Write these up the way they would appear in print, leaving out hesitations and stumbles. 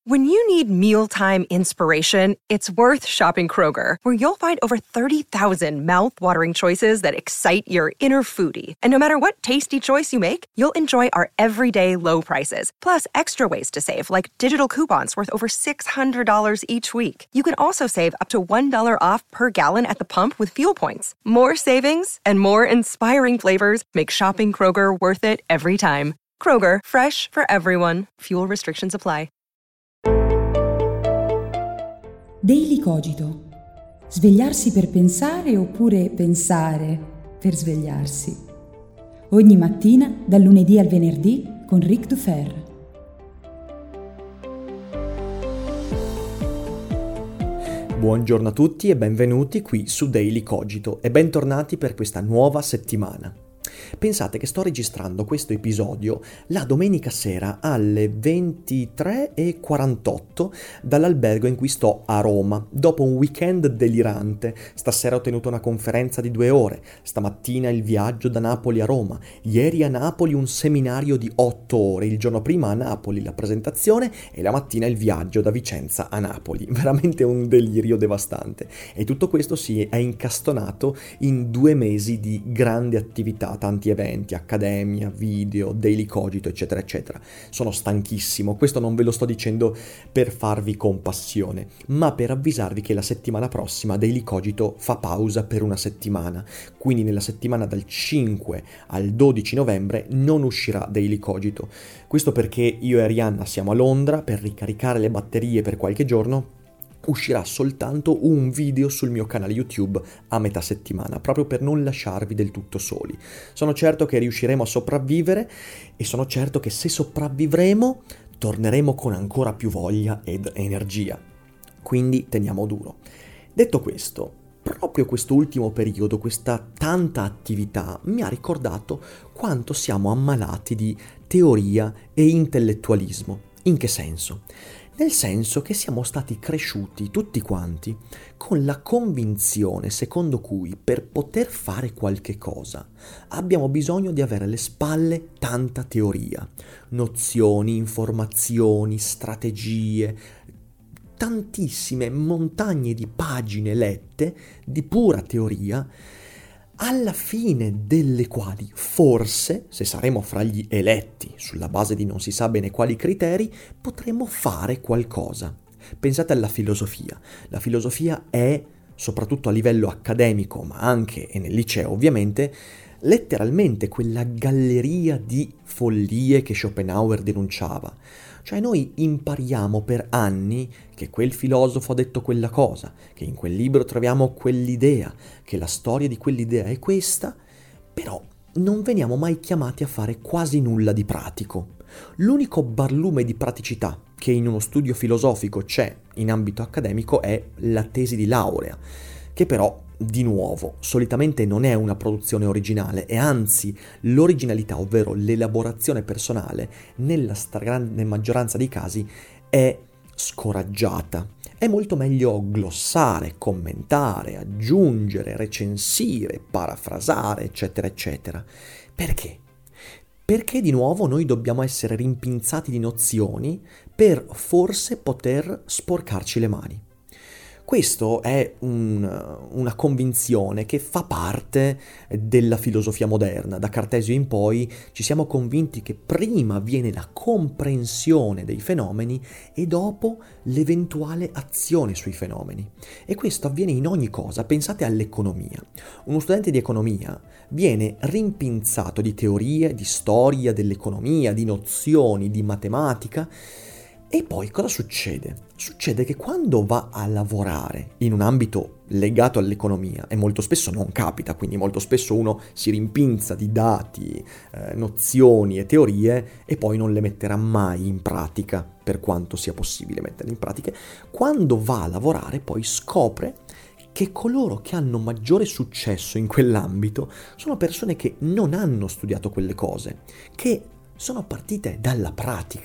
When you need mealtime inspiration, it's worth shopping Kroger, where you'll find over 30,000 mouth-watering choices that excite your inner foodie. And no matter what tasty choice you make, you'll enjoy our everyday low prices, plus extra ways to save, like digital coupons worth over $600 each week. You can also save up to $1 off per gallon at the pump with fuel points. More savings and more inspiring flavors make shopping Kroger worth it every time. Kroger, fresh for everyone. Fuel restrictions apply. Daily Cogito. Svegliarsi per pensare oppure pensare per svegliarsi. Ogni mattina, dal lunedì al venerdì, con Ric Dufer. Buongiorno a tutti e benvenuti qui su Daily Cogito e bentornati per questa nuova settimana. Pensate che sto registrando questo episodio la domenica sera alle 23:48 dall'albergo in cui sto a Roma, dopo un weekend delirante. Stasera ho tenuto una conferenza di 2 ore, stamattina il viaggio da Napoli a Roma, ieri a Napoli un seminario di 8 ore, il giorno prima a Napoli la presentazione e la mattina il viaggio da Vicenza a Napoli. Veramente un delirio devastante. E tutto questo si è incastonato in 2 mesi di grande attività, tanti eventi, accademia, video, Daily Cogito, eccetera, eccetera. Sono stanchissimo, questo non ve lo sto dicendo per farvi compassione, ma per avvisarvi che la settimana prossima Daily Cogito fa pausa per una settimana, quindi nella settimana dal 5 al 12 novembre non uscirà Daily Cogito. Questo perché io e Arianna siamo a Londra per ricaricare le batterie per qualche giorno. Uscirà soltanto un video sul mio canale YouTube a metà settimana, proprio per non lasciarvi del tutto soli. Sono certo che riusciremo a sopravvivere e sono certo che se sopravvivremo torneremo con ancora più voglia ed energia. Quindi teniamo duro. Detto questo, proprio quest'ultimo periodo, questa tanta attività mi ha ricordato quanto siamo ammalati di teoria e intellettualismo. In che senso? Nel senso che siamo stati cresciuti tutti quanti con la convinzione secondo cui per poter fare qualche cosa abbiamo bisogno di avere alle spalle tanta teoria, nozioni, informazioni, strategie, tantissime montagne di pagine lette di pura teoria, alla fine delle quali forse, se saremo fra gli eletti sulla base di non si sa bene quali criteri, potremo fare qualcosa. Pensate alla filosofia. La filosofia è, soprattutto a livello accademico, ma anche e nel liceo ovviamente, letteralmente quella galleria di follie che Schopenhauer denunciava. Cioè noi impariamo per anni che quel filosofo ha detto quella cosa, che in quel libro troviamo quell'idea, che la storia di quell'idea è questa, però non veniamo mai chiamati a fare quasi nulla di pratico. L'unico barlume di praticità che in uno studio filosofico c'è in ambito accademico è la tesi di laurea, che però di nuovo, solitamente non è una produzione originale e anzi l'originalità, ovvero l'elaborazione personale, nella stragrande maggioranza dei casi è scoraggiata. È molto meglio glossare, commentare, aggiungere, recensire, parafrasare, eccetera, eccetera. Perché? Perché di nuovo noi dobbiamo essere rimpinzati di nozioni per forse poter sporcarci le mani. Questo è una convinzione che fa parte della filosofia moderna. Da Cartesio in poi ci siamo convinti che prima viene la comprensione dei fenomeni e dopo l'eventuale azione sui fenomeni. E questo avviene in ogni cosa. Pensate all'economia. Uno studente di economia viene rimpinzato di teorie, di storia dell'economia, di nozioni, di matematica. E poi cosa succede? Succede che quando va a lavorare in un ambito legato all'economia, e molto spesso non capita, quindi molto spesso uno si rimpinza di dati, nozioni e teorie e poi non le metterà mai in pratica, per quanto sia possibile metterle in pratica, quando va a lavorare poi scopre che coloro che hanno maggiore successo in quell'ambito sono persone che non hanno studiato quelle cose, che sono partite dalla pratica.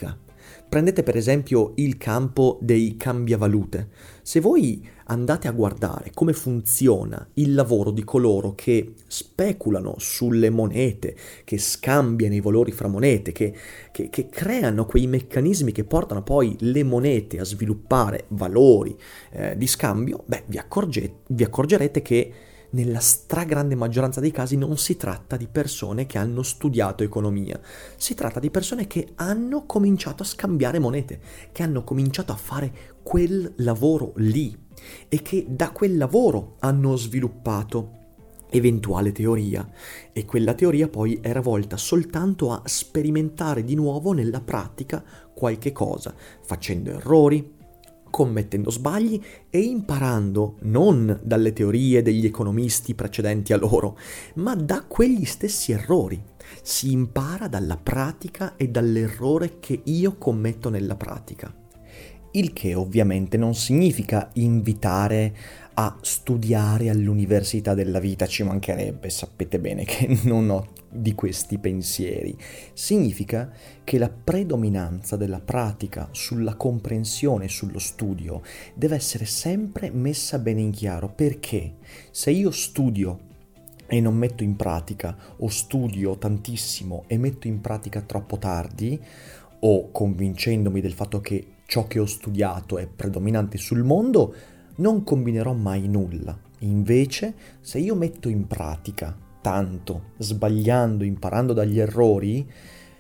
Prendete per esempio il campo dei cambiavalute. Se voi andate a guardare come funziona il lavoro di coloro che speculano sulle monete, che scambiano i valori fra monete, che creano quei meccanismi che portano poi le monete a sviluppare valori di scambio, vi accorgerete che nella stragrande maggioranza dei casi non si tratta di persone che hanno studiato economia, si tratta di persone che hanno cominciato a scambiare monete, che hanno cominciato a fare quel lavoro lì e che da quel lavoro hanno sviluppato eventuale teoria, e quella teoria poi era volta soltanto a sperimentare di nuovo nella pratica qualche cosa, facendo errori, commettendo sbagli e imparando non dalle teorie degli economisti precedenti a loro, ma da quegli stessi errori. Si impara dalla pratica e dall'errore che io commetto nella pratica. Il che ovviamente non significa invitare a studiare all'università della vita, ci mancherebbe, sapete bene che non ho di questi pensieri. Significa che la predominanza della pratica sulla comprensione e sullo studio deve essere sempre messa bene in chiaro, perché se io studio e non metto in pratica, o studio tantissimo e metto in pratica troppo tardi, o convincendomi del fatto che ciò che ho studiato è predominante sul mondo, non combinerò mai nulla. Invece, se io metto in pratica tanto, sbagliando, imparando dagli errori,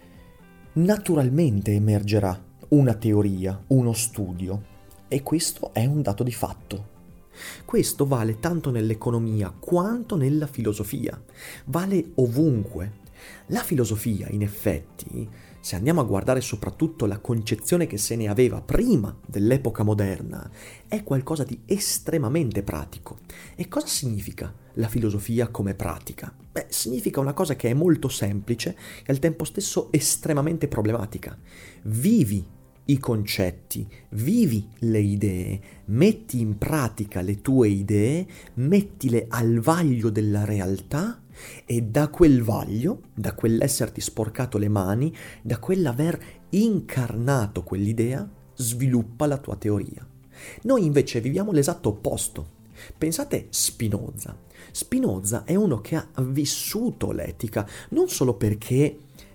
naturalmente emergerà una teoria, uno studio, e questo è un dato di fatto. Questo vale tanto nell'economia quanto nella filosofia, vale ovunque. La filosofia, in effetti, se andiamo a guardare soprattutto la concezione che se ne aveva prima dell'epoca moderna, è qualcosa di estremamente pratico. E cosa significa la filosofia come pratica? Significa una cosa che è molto semplice e al tempo stesso estremamente problematica. Vivi i concetti, vivi le idee, metti in pratica le tue idee, mettile al vaglio della realtà, e da quel vaglio, da quell'esserti sporcato le mani, da quell'aver incarnato quell'idea, sviluppa la tua teoria. Noi invece viviamo l'esatto opposto. Pensate Spinoza. Spinoza è uno che ha vissuto l'etica, non solo perché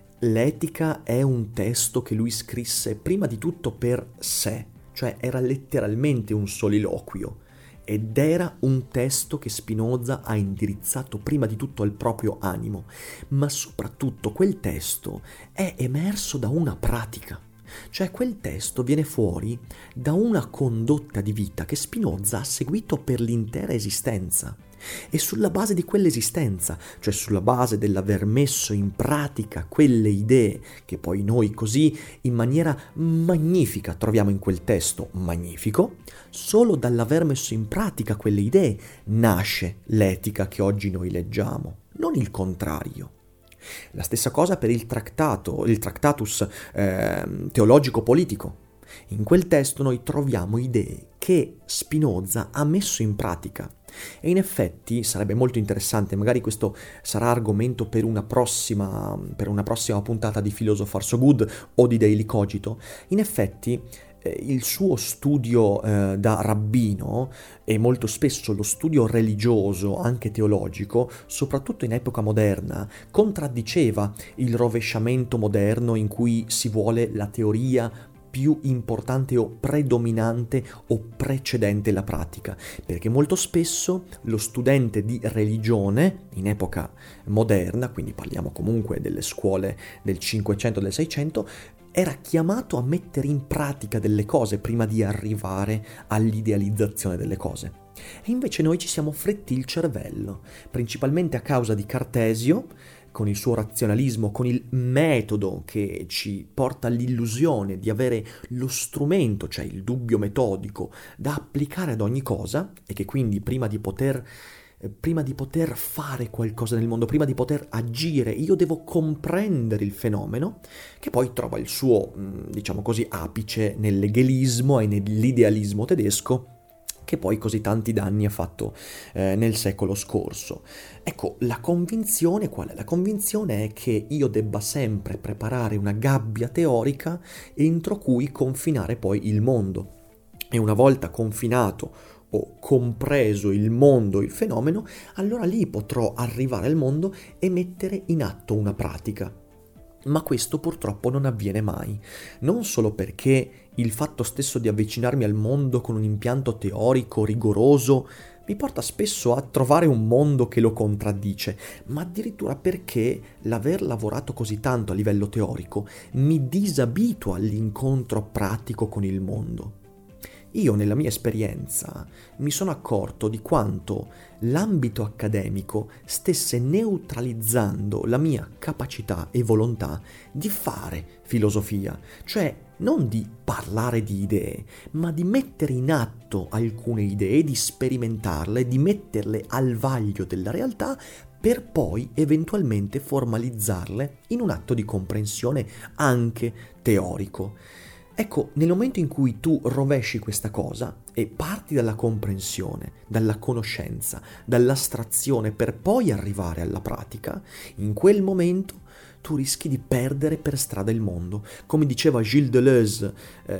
l'etica è un testo che lui scrisse prima di tutto per sé, cioè era letteralmente un soliloquio, ed era un testo che Spinoza ha indirizzato prima di tutto al proprio animo, ma soprattutto quel testo è emerso da una pratica, cioè quel testo viene fuori da una condotta di vita che Spinoza ha seguito per l'intera esistenza. E sulla base di quell'esistenza, cioè sulla base dell'aver messo in pratica quelle idee che poi noi così in maniera magnifica troviamo in quel testo magnifico, solo dall'aver messo in pratica quelle idee nasce l'etica che oggi noi leggiamo, non il contrario. La stessa cosa per il Tractatus teologico-politico. In quel testo noi troviamo idee che Spinoza ha messo in pratica. E in effetti sarebbe molto interessante, magari questo sarà argomento per una prossima puntata di Philosopher So Good o di Daily Cogito. In effetti il suo studio da rabbino, e molto spesso lo studio religioso, anche teologico, soprattutto in epoca moderna, contraddiceva il rovesciamento moderno in cui si vuole la teoria più importante o predominante o precedente la pratica, perché molto spesso lo studente di religione in epoca moderna, quindi parliamo comunque delle scuole del 500 e del 600, era chiamato a mettere in pratica delle cose prima di arrivare all'idealizzazione delle cose. E invece noi ci siamo fretti il cervello, principalmente a causa di Cartesio, con il suo razionalismo, con il metodo che ci porta all'illusione di avere lo strumento, cioè il dubbio metodico, da applicare ad ogni cosa, e che quindi prima di poter fare qualcosa nel mondo, prima di poter agire, io devo comprendere il fenomeno, che poi trova il suo, diciamo così, apice nell'hegelismo e nell'idealismo tedesco, che poi così tanti danni ha fatto nel secolo scorso. Ecco, la convinzione qual è? La convinzione è che io debba sempre preparare una gabbia teorica entro cui confinare poi il mondo. E una volta confinato o compreso il mondo, il fenomeno, allora lì potrò arrivare al mondo e mettere in atto una pratica. Ma questo purtroppo non avviene mai, non solo perché il fatto stesso di avvicinarmi al mondo con un impianto teorico rigoroso mi porta spesso a trovare un mondo che lo contraddice, ma addirittura perché l'aver lavorato così tanto a livello teorico mi disabitua all'incontro pratico con il mondo. Io nella mia esperienza mi sono accorto di quanto l'ambito accademico stesse neutralizzando la mia capacità e volontà di fare filosofia, cioè non di parlare di idee, ma di mettere in atto alcune idee, di sperimentarle, di metterle al vaglio della realtà per poi eventualmente formalizzarle in un atto di comprensione anche teorico. Ecco, nel momento in cui tu rovesci questa cosa e parti dalla comprensione, dalla conoscenza, dall'astrazione per poi arrivare alla pratica, in quel momento tu rischi di perdere per strada il mondo. Come diceva Gilles Deleuze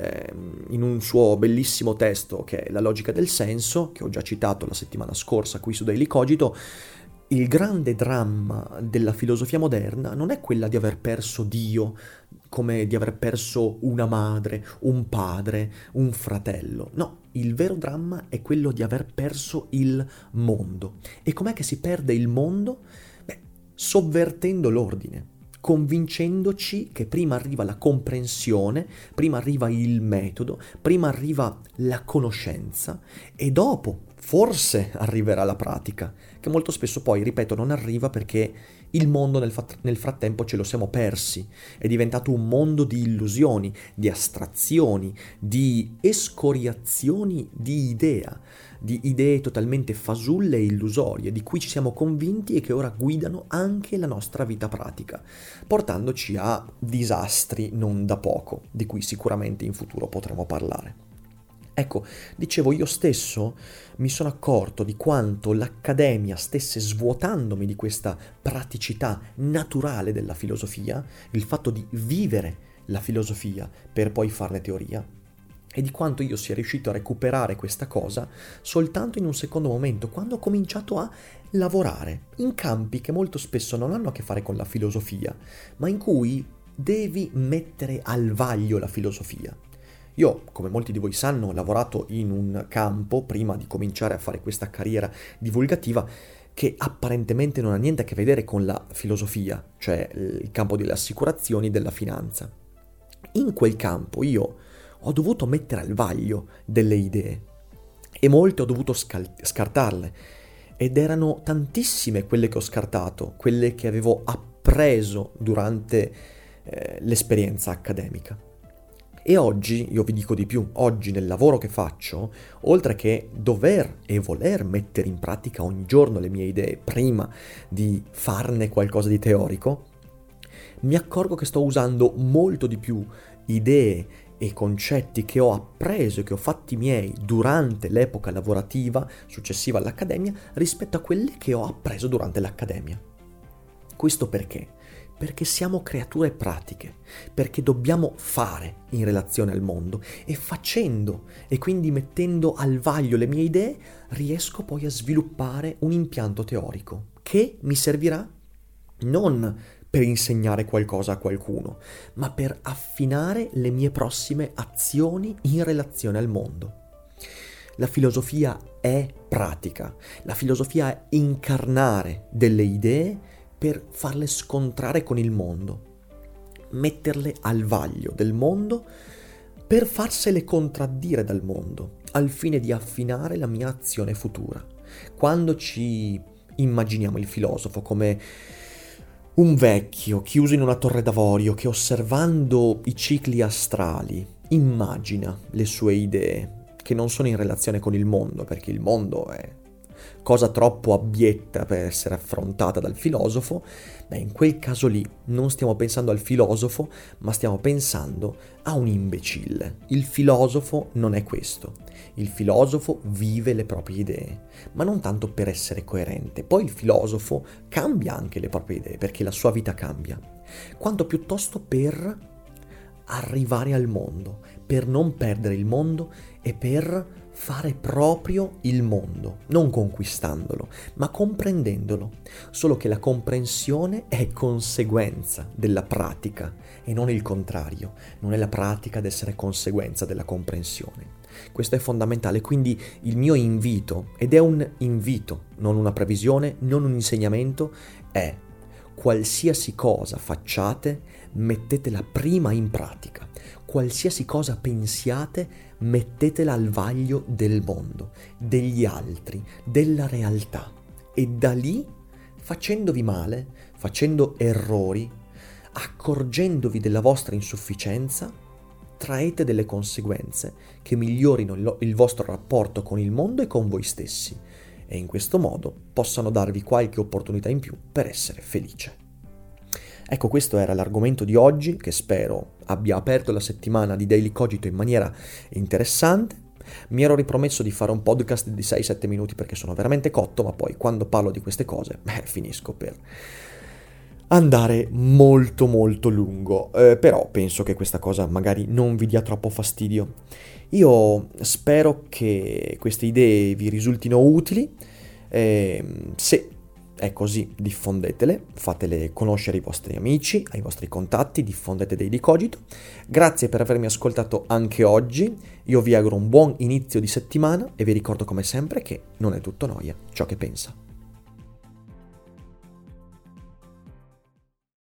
in un suo bellissimo testo che è La logica del senso, che ho già citato la settimana scorsa qui su Daily Cogito, il grande dramma della filosofia moderna non è quella di aver perso Dio, come di aver perso una madre, un padre, un fratello. No, il vero dramma è quello di aver perso il mondo. E com'è che si perde il mondo? Beh, sovvertendo l'ordine, convincendoci che prima arriva la comprensione, prima arriva il metodo, prima arriva la conoscenza e dopo forse arriverà la pratica, che molto spesso poi, ripeto, non arriva perché il mondo nel frattempo ce lo siamo persi, è diventato un mondo di illusioni, di astrazioni, di escoriazioni di idee totalmente fasulle e illusorie, di cui ci siamo convinti e che ora guidano anche la nostra vita pratica, portandoci a disastri non da poco, di cui sicuramente in futuro potremo parlare. Ecco, dicevo, io stesso mi sono accorto di quanto l'accademia stesse svuotandomi di questa praticità naturale della filosofia, il fatto di vivere la filosofia per poi farne teoria, e di quanto io sia riuscito a recuperare questa cosa soltanto in un secondo momento, quando ho cominciato a lavorare in campi che molto spesso non hanno a che fare con la filosofia, ma in cui devi mettere al vaglio la filosofia. Io, come molti di voi sanno, ho lavorato in un campo, prima di cominciare a fare questa carriera divulgativa, che apparentemente non ha niente a che vedere con la filosofia, cioè il campo delle assicurazioni e della finanza. In quel campo io ho dovuto mettere al vaglio delle idee e molte ho dovuto scartarle, ed erano tantissime quelle che ho scartato, quelle che avevo appreso durante l'esperienza accademica. E oggi, io vi dico di più, oggi nel lavoro che faccio, oltre che dover e voler mettere in pratica ogni giorno le mie idee prima di farne qualcosa di teorico, mi accorgo che sto usando molto di più idee e concetti che ho appreso e che ho fatti miei durante l'epoca lavorativa successiva all'accademia rispetto a quelle che ho appreso durante l'accademia. Questo perché? Perché siamo creature pratiche, perché dobbiamo fare in relazione al mondo e facendo e quindi mettendo al vaglio le mie idee riesco poi a sviluppare un impianto teorico che mi servirà non per insegnare qualcosa a qualcuno, ma per affinare le mie prossime azioni in relazione al mondo. La filosofia è pratica, la filosofia è incarnare delle idee per farle scontrare con il mondo, metterle al vaglio del mondo per farsele contraddire dal mondo, al fine di affinare la mia azione futura. Quando ci immaginiamo il filosofo come un vecchio chiuso in una torre d'avorio che, osservando i cicli astrali, immagina le sue idee che non sono in relazione con il mondo, perché il mondo è cosa troppo abietta per essere affrontata dal filosofo, in quel caso lì non stiamo pensando al filosofo, ma stiamo pensando a un imbecille. Il filosofo non è questo. Il filosofo vive le proprie idee, ma non tanto per essere coerente. Poi il filosofo cambia anche le proprie idee, perché la sua vita cambia, quanto piuttosto per arrivare al mondo, per non perdere il mondo e per fare proprio il mondo, non conquistandolo, ma comprendendolo. Solo che la comprensione è conseguenza della pratica e non il contrario. Non è la pratica ad essere conseguenza della comprensione. Questo è fondamentale, quindi il mio invito, ed è un invito, non una previsione, non un insegnamento, è: qualsiasi cosa facciate, mettetela prima in pratica. Qualsiasi cosa pensiate, mettetela al vaglio del mondo, degli altri, della realtà. E da lì, facendovi male, facendo errori, accorgendovi della vostra insufficienza, traete delle conseguenze che migliorino il vostro rapporto con il mondo e con voi stessi, e in questo modo possano darvi qualche opportunità in più per essere felice. Ecco, questo era l'argomento di oggi, che spero abbia aperto la settimana di Daily Cogito in maniera interessante. Mi ero ripromesso di fare un podcast di 6-7 minuti perché sono veramente cotto, ma poi quando parlo di queste cose finisco per andare molto molto lungo, però penso che questa cosa magari non vi dia troppo fastidio. Io spero che queste idee vi risultino utili, se è così diffondetele, fatele conoscere ai vostri amici, ai vostri contatti, diffondete Daily Cogito. Grazie per avermi ascoltato anche oggi, io vi auguro un buon inizio di settimana e vi ricordo come sempre che non è tutto noia ciò che pensa.